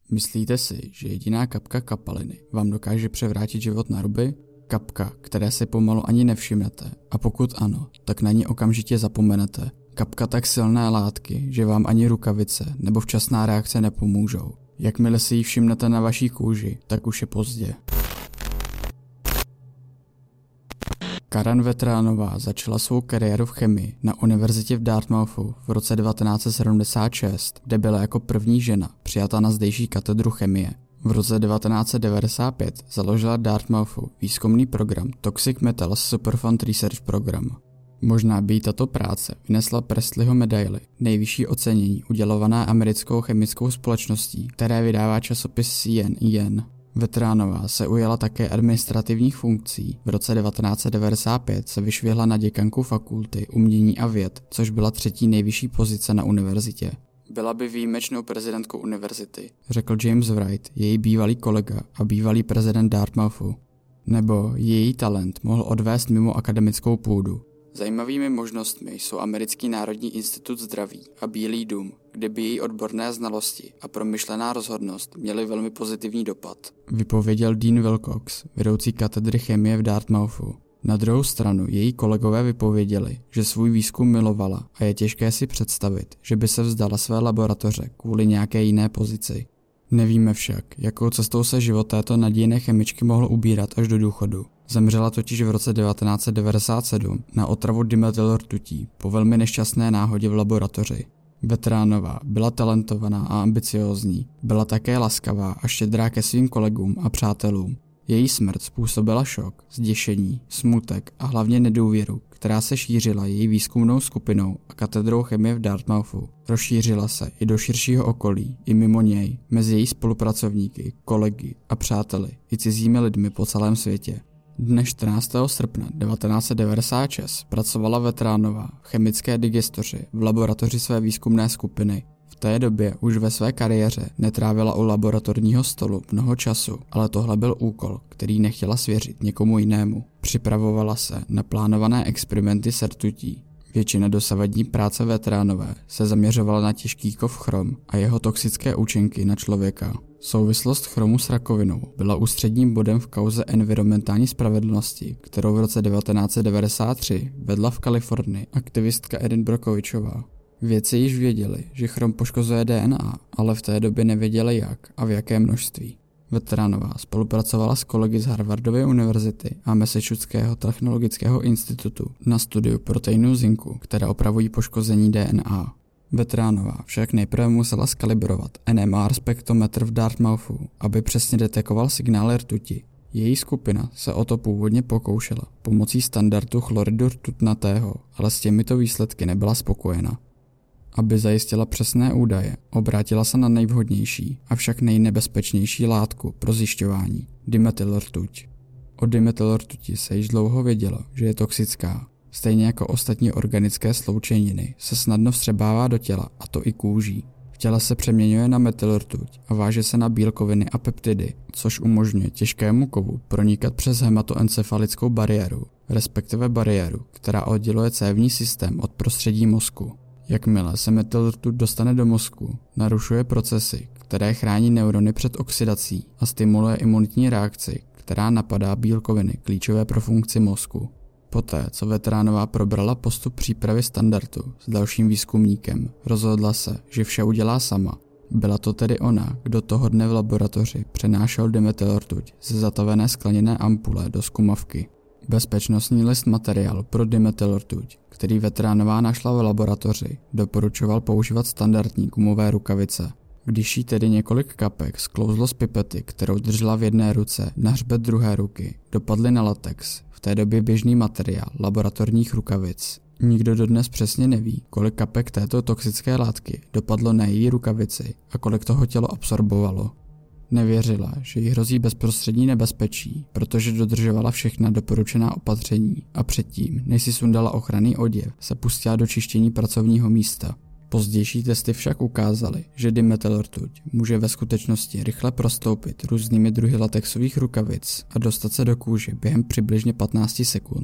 Myslíte si, že jediná kapka kapaliny vám dokáže převrátit život na ruby? Kapka, které si pomalu ani nevšimnete, a pokud ano, tak na ní okamžitě zapomenete. Kapka tak silné látky, že vám ani rukavice nebo včasná reakce nepomůžou. Jakmile si ji všimnete na vaší kůži, tak už je pozdě. Karen Veteránová začala svou kariéru v chemii na univerzitě v Dartmouthu v roce 1976, kde byla jako první žena přijata na zdejší katedru chemie. V roce 1995 založila Dartmouthu výzkumný program Toxic Metals Superfund Research Program. Možná by jí tato práce vynesla Presleyho medaili, nejvyšší ocenění udělované americkou chemickou společností, které vydává časopis CNN. Veteránová se ujala také administrativních funkcí. V roce 1995 se vyšvihla na děkanku fakulty umění a věd, což byla třetí nejvyšší pozice na univerzitě. Byla by výjimečnou prezidentkou univerzity, řekl James Wright, její bývalý kolega a bývalý prezident Dartmouthu. Nebo její talent mohl odvést mimo akademickou půdu. Zajímavými možnostmi jsou Americký národní institut zdraví a Bílý dům, kde by její odborné znalosti a promyšlená rozhodnost měly velmi pozitivní dopad. Vypověděl Dean Wilcox, vedoucí katedry chemie v Dartmouthu. Na druhou stranu její kolegové vypověděli, že svůj výzkum milovala a je těžké si představit, že by se vzdala své laboratoře kvůli nějaké jiné pozici. Nevíme však, jakou cestou se život této nadějné chemičky mohl ubírat až do důchodu. Zemřela totiž v roce 1997 na otravu dimethylrtutí po velmi nešťastné náhodě v laboratoři. Veteránová byla talentovaná a ambiciózní, byla také laskavá a štědrá ke svým kolegům a přátelům. Její smrt způsobila šok, zděšení, smutek a hlavně nedůvěru, která se šířila její výzkumnou skupinou a katedrou chemie v Dartmouthu. Rozšířila se i do širšího okolí, i mimo něj, mezi její spolupracovníky, kolegy a přáteli, i cizími lidmi po celém světě. Dne 14. srpna 1996 pracovala Veteránová v chemické digestoři v laboratoři své výzkumné skupiny. V té době už ve své kariéře netrávila u laboratorního stolu mnoho času, ale tohle byl úkol, který nechtěla svěřit někomu jinému. Připravovala se na plánované experimenty s rtutí. Většina dosavadní práce Veteránové se zaměřovala na těžký kov chrom a jeho toxické účinky na člověka. Souvislost chromu s rakovinou byla ústředním bodem v kauze environmentální spravedlnosti, kterou v roce 1993 vedla v Kalifornii aktivistka Erin Brockovičová. Vědci již věděli, že chrom poškozuje DNA, ale v té době nevěděli jak a v jaké množství. Veteránová spolupracovala s kolegy z Harvardovy univerzity a Massachusettského technologického institutu na studiu proteinů zinku, které opravují poškození DNA. Veteránová však nejprve musela skalibrovat NMR spektrometr v Dartmouthu, aby přesně detekoval signály rtuti. Její skupina se o to původně pokoušela pomocí standardu chloridu rtutnatého, ale s těmito výsledky nebyla spokojena. Aby zajistila přesné údaje, obrátila se na nejvhodnější, avšak nejnebezpečnější látku pro zjišťování – dimethylrtuť. O dimethylrtuti se již dlouho vědělo, že je toxická. Stejně jako ostatní organické sloučeniny se snadno vstřebává do těla, a to i kůží. V těle se přeměňuje na metylrtuť a váže se na bílkoviny a peptidy, což umožňuje těžkému kovu pronikat přes hematoencefalickou bariéru, respektive bariéru, která odděluje cévní systém od prostředí mozku. Jakmile se metylrtuť dostane do mozku, narušuje procesy, které chrání neurony před oxidací a stimuluje imunitní reakci, která napadá bílkoviny klíčové pro funkci mozku. Poté, co Veteránová probrala postup přípravy standardu s dalším výzkumníkem, rozhodla se, že vše udělá sama. Byla to tedy ona, kdo toho dne v laboratoři přenášel dimethylrtuť ze zatavené skleněné ampule do zkumavky. Bezpečnostní list materiálu pro dimethylrtuť, který Veteránová našla v laboratoři, doporučoval používat standardní gumové rukavice. Když jí tedy několik kapek sklouzlo z pipety, kterou držela v jedné ruce, na hřbet druhé ruky, dopadly na latex, v té době běžný materiál laboratorních rukavic. Nikdo dodnes přesně neví, kolik kapek této toxické látky dopadlo na její rukavici a kolik toho tělo absorbovalo. Nevěřila, že jí hrozí bezprostřední nebezpečí, protože dodržovala všechna doporučená opatření a předtím, než si sundala ochranný oděv, se pustila do čištění pracovního místa. Pozdější testy však ukázaly, že dimethylrtuť může ve skutečnosti rychle prostoupit různými druhy latexových rukavic a dostat se do kůže během přibližně 15 sekund.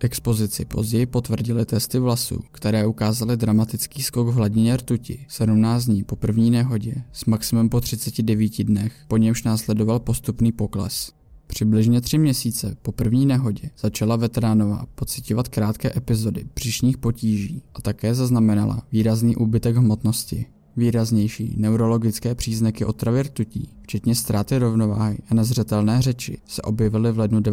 Expozici později potvrdily testy vlasů, které ukázaly dramatický skok v hladině rtuti 17 dní po první nehodě s maximem po 39 dnech, po němž následoval postupný pokles. Přibližně 3 měsíce po první nehodě začala veteránová pociťovat krátké epizody břišních potíží a také zaznamenala výrazný úbytek hmotnosti. Výraznější neurologické příznaky otravy rtutí, včetně ztráty rovnováhy a nezřetelné řeči, se objevily v lednu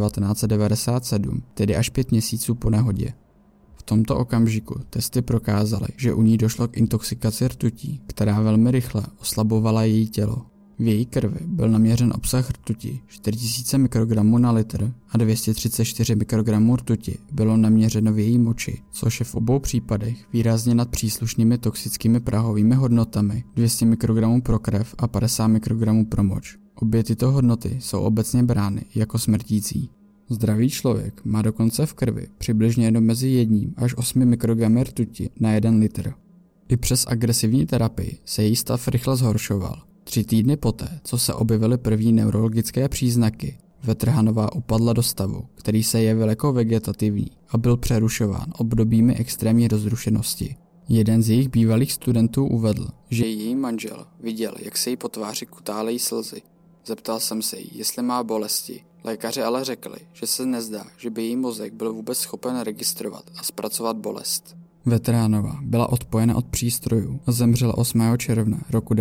1997, tedy až 5 měsíců po nehodě. V tomto okamžiku testy prokázaly, že u ní došlo k intoxikaci rtutí, která velmi rychle oslabovala její tělo. V její krvi byl naměřen obsah rtuti 4000 mikrogramů na litr a 234 mikrogramů rtuti bylo naměřeno v její moči, což je v obou případech výrazně nad příslušnými toxickými prahovými hodnotami 200 mikrogramů pro krev a 50 mikrogramů pro moč. Obě tyto hodnoty jsou obecně brány jako smrtící. Zdravý člověk má dokonce v krvi přibližně jenom mezi 1 až 8 mikrogramy rtuti na 1 litr. I přes agresivní terapii se její stav rychle zhoršoval. 3 týdny poté, co se objevily první neurologické příznaky, Vetrhanová upadla do stavu, který se jevil jako vegetativní a byl přerušován obdobími extrémní rozrušenosti. Jeden z jejich bývalých studentů uvedl, že její manžel viděl, jak se jí po tváři kutálejí slzy. Zeptal jsem se jí, jestli má bolesti. Lékaři ale řekli, že se nezdá, že by její mozek byl vůbec schopen registrovat a zpracovat bolest. Veteránová byla odpojena od přístrojů a zemřela 8. června roku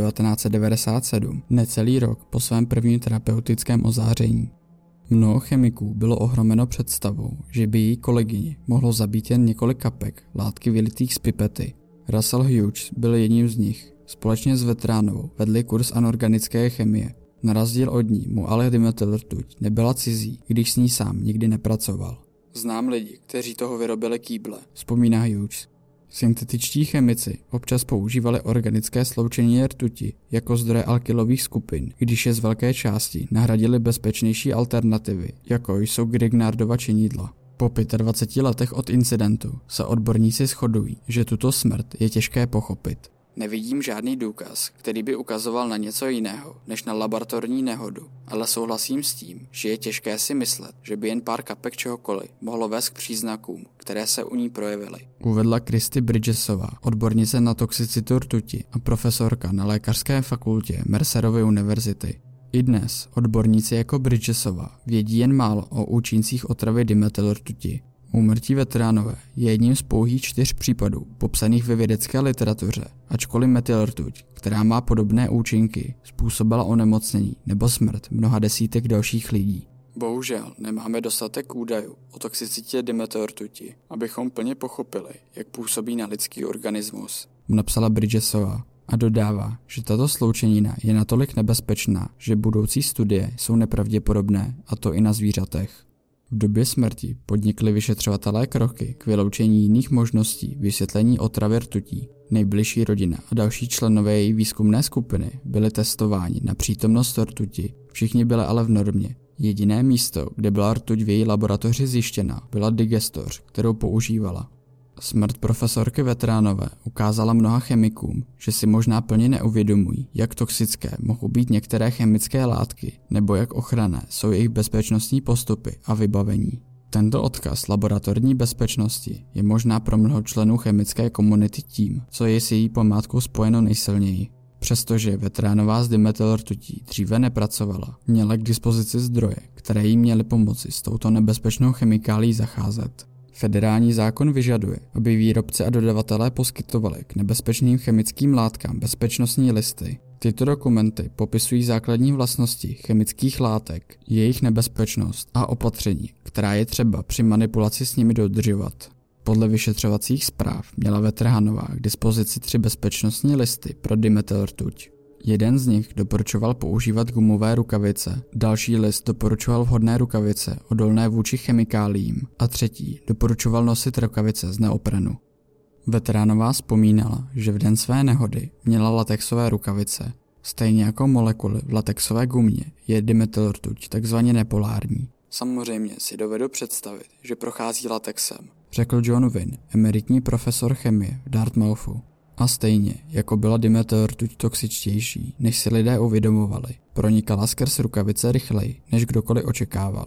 1997, necelý rok po svém prvním terapeutickém ozáření. Mnoho chemiků bylo ohromeno představou, že by její kolegyni mohlo zabít jen několik kapek látky vylitých z pipety. Russell Hughes byl jedním z nich. Společně s Veteránovou vedli kurz anorganické chemie. Na rozdíl od ní mu ale dimethylrtuť nebyla cizí, když s ní sám nikdy nepracoval. Znám lidi, kteří toho vyrobili kýble, vzpomíná Hughes. Syntetičtí chemici občas používali organické sloučení rtuti jako zdroje alkylových skupin, když je z velké části nahradili bezpečnější alternativy, jako jsou Grignardova činidla. Po 25 letech od incidentu se odborníci shodují, že tuto smrt je těžké pochopit. Nevidím žádný důkaz, který by ukazoval na něco jiného, než na laboratorní nehodu, ale souhlasím s tím, že je těžké si myslet, že by jen pár kapek čehokoliv mohlo vést k příznakům, které se u ní projevily. Uvedla Christy Bridgesová, odbornice na toxicitu rtuti a profesorka na lékařské fakultě Mercerovy univerzity. I dnes odborníci jako Bridgesová vědí jen málo o účincích otravy dimethylrtuti. Úmrtí Veteránové je jedním z pouhých 4 případů popsaných ve vědecké literatuře, ačkoliv metylrtuť, která má podobné účinky, způsobila onemocnění nebo smrt mnoha desítek dalších lidí. Bohužel nemáme dostatek údajů o toxicitě dimethylrtuti, abychom plně pochopili, jak působí na lidský organismus, napsala Bridgesová a dodává, že tato sloučenina je natolik nebezpečná, že budoucí studie jsou nepravděpodobné, a to i na zvířatech. V době smrti podnikli vyšetřovatelé kroky k vyloučení jiných možností vysvětlení otravy rtutí. Nejbližší rodina a další členové její výzkumné skupiny byli testováni na přítomnost rtuti, všichni byli ale v normě. Jediné místo, kde byla rtuť v její laboratoři zjištěna, byla digestoř, kterou používala. Smrt profesorky Veteránové ukázala mnoha chemikům, že si možná plně neuvědomují, jak toxické mohou být některé chemické látky, nebo jak ochranné jsou jejich bezpečnostní postupy a vybavení. Tento odkaz laboratorní bezpečnosti je možná pro mnoho členů chemické komunity tím, co je s její památkou spojeno nejsilněji. Přestože Veteránová s dimethylrtutí dříve nepracovala, měla k dispozici zdroje, které jí měly pomoci s touto nebezpečnou chemikálií zacházet. Federální zákon vyžaduje, aby výrobci a dodavatelé poskytovali k nebezpečným chemickým látkám bezpečnostní listy. Tyto dokumenty popisují základní vlastnosti chemických látek, jejich nebezpečnost a opatření, která je třeba při manipulaci s nimi dodržovat. Podle vyšetřovacích zpráv měla Veterhánová k dispozici 3 bezpečnostní listy pro dimethylrtuť. Jeden z nich doporučoval používat gumové rukavice, další list doporučoval vhodné rukavice odolné vůči chemikáliím a třetí doporučoval nosit rukavice z neoprenu. Veteránová vzpomínala, že v den své nehody měla latexové rukavice. Stejně jako molekuly v latexové gumě je dimethylrtuť takzvaně nepolární. Samozřejmě si dovedu představit, že prochází latexem, řekl John Wynne, emeritní profesor chemie v Dartmouthu. A stejně, jako byla dimethylrtuť toxičtější, než si lidé uvědomovali, pronikala skrz rukavice rychleji, než kdokoliv očekával.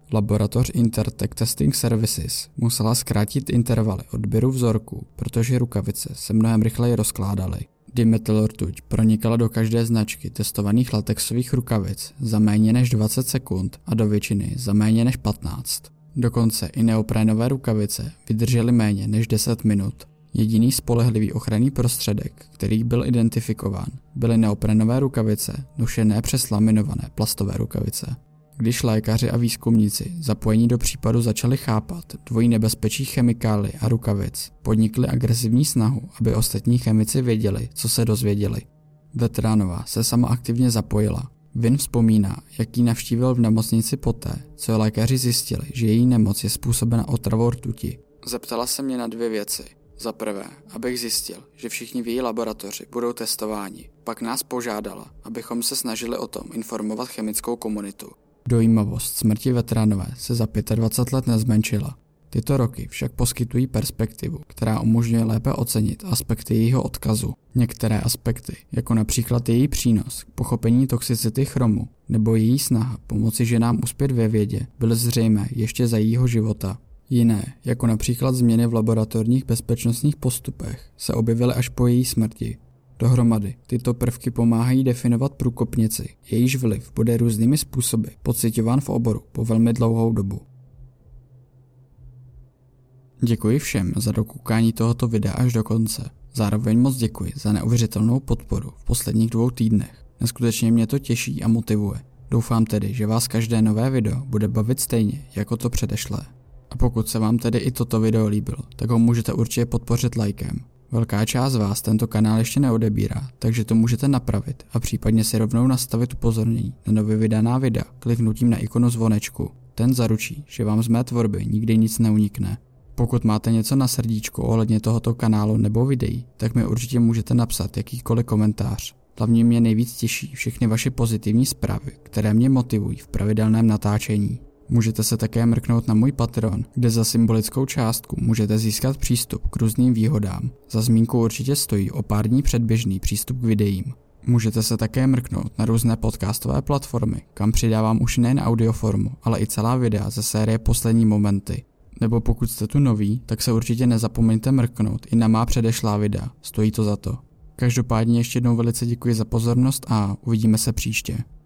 laboratoř Intertek Testing Services musela zkrátit intervaly odběru vzorků, protože rukavice se mnohem rychleji rozkládaly. Dimethylrtuť pronikala do každé značky testovaných latexových rukavic za méně než 20 sekund a do většiny za méně než 15. Dokonce i neoprénové rukavice vydržely méně než 10 minut. Jediný spolehlivý ochranný prostředek, který byl identifikován, byly neoprénové rukavice nošené přes laminované plastové rukavice. Když lékaři a výzkumníci zapojení do případu začali chápat dvojí nebezpečí chemikálií a rukavic, podnikli agresivní snahu, aby ostatní chemici věděli, co se dozvěděli. Veteránová se sama aktivně zapojila. Vin vzpomíná, jak ji navštívil v nemocnici poté, co lékaři zjistili, že její nemoc je způsobena otravou rtuti. Zeptala se mě na 2 věci. Za prvé, abych zjistil, že všichni v její laboratoři budou testováni. Pak nás požádala, abychom se snažili o tom informovat chemickou komunitu. Dojímavost smrti veteránové se za 25 let nezmenšila. Tyto roky však poskytují perspektivu, která umožňuje lépe ocenit aspekty jejího odkazu. Některé aspekty, jako například její přínos k pochopení toxicity chromu nebo její snaha pomoci ženám uspět ve vědě, byly zřejmé ještě za jejího života. Jiné, jako například změny v laboratorních bezpečnostních postupech, se objevily až po její smrti. Dohromady tyto prvky pomáhají definovat průkopnici, jejíž vliv bude různými způsoby pociťován v oboru po velmi dlouhou dobu. Děkuji všem za dokoukání tohoto videa až do konce. Zároveň moc děkuji za neuvěřitelnou podporu v posledních 2 týdnech. Neskutečně mě to těší a motivuje. Doufám tedy, že vás každé nové video bude bavit stejně jako to předešlé. A pokud se vám tedy i toto video líbilo, tak ho můžete určitě podpořit lajkem. Velká část z vás tento kanál ještě neodebírá, takže to můžete napravit a případně si rovnou nastavit upozornění na nově vydaná videa kliknutím na ikonu zvonečku. Ten zaručí, že vám z mé tvorby nikdy nic neunikne. Pokud máte něco na srdíčku ohledně tohoto kanálu nebo videí, tak mi určitě můžete napsat jakýkoliv komentář. Hlavně mě nejvíc těší všechny vaše pozitivní zprávy, které mě motivují v pravidelném natáčení. Můžete se také mrknout na můj Patreon, kde za symbolickou částku můžete získat přístup k různým výhodám. Za zmínku určitě stojí o pár dní předběžný přístup k videím. Můžete se také mrknout na různé podcastové platformy, kam přidávám už nejen audioformu, ale i celá videa ze série Poslední momenty. Nebo pokud jste tu noví, tak se určitě nezapomeňte mrknout i na má předešlá videa, stojí to za to. Každopádně ještě jednou velice děkuji za pozornost a uvidíme se příště.